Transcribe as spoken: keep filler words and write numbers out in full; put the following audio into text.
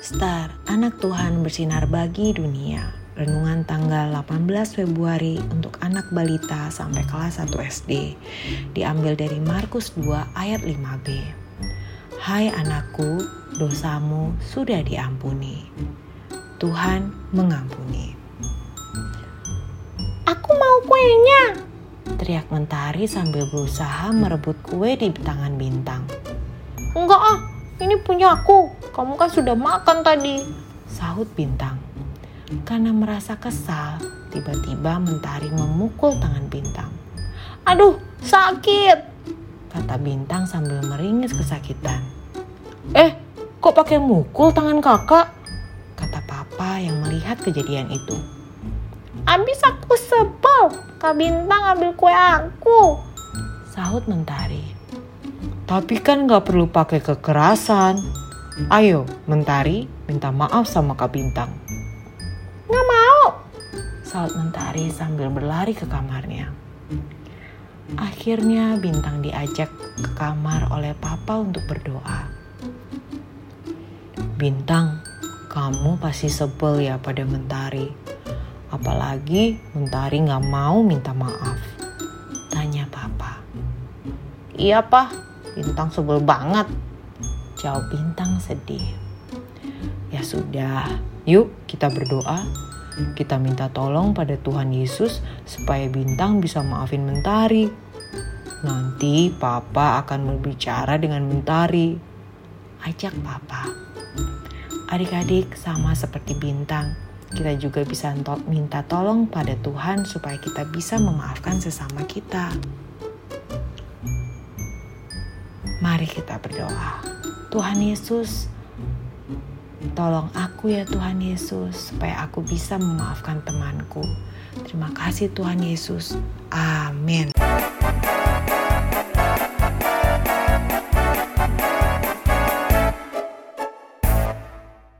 Star, anak Tuhan bersinar bagi dunia. Renungan tanggal delapan belas Februari untuk anak balita sampai kelas satu S D. Diambil dari Markus dua ayat lima b. Hai anakku, dosamu sudah diampuni. Tuhan mengampuni. Aku mau kuenya, teriak Mentari sambil berusaha merebut kue di tangan Bintang. Enggak ah, ini punya aku. Kamu kan sudah makan tadi, sahut Bintang. Karena merasa kesal, tiba-tiba Mentari memukul tangan Bintang. Aduh, sakit, kata Bintang sambil meringis kesakitan. Eh, kok pakai mukul tangan kakak? Kata Papa yang melihat kejadian itu. Abis aku sebel, Kak Bintang ambil kue aku, sahut Mentari. Tapi kan gak perlu pakai kekerasan. Ayo, Mentari, minta maaf sama Kak Bintang. Gak mau, sahut Mentari sambil berlari ke kamarnya. Akhirnya Bintang diajak ke kamar oleh Papa untuk berdoa. Bintang, kamu pasti sebel ya pada Mentari. Apalagi Mentari gak mau minta maaf, tanya Papa. Iya Pak, Bintang sebel banget, jawab Bintang sedih. Ya sudah, yuk kita berdoa. Kita minta tolong pada Tuhan Yesus supaya Bintang bisa maafin Mentari. Nanti Papa akan berbicara dengan Mentari, ajak Papa. Adik-adik sama seperti Bintang, kita juga bisa to- minta tolong pada Tuhan supaya kita bisa memaafkan sesama kita. Mari kita berdoa. Tuhan Yesus, tolong aku ya Tuhan Yesus, supaya aku bisa memaafkan temanku. Terima kasih Tuhan Yesus. Amin.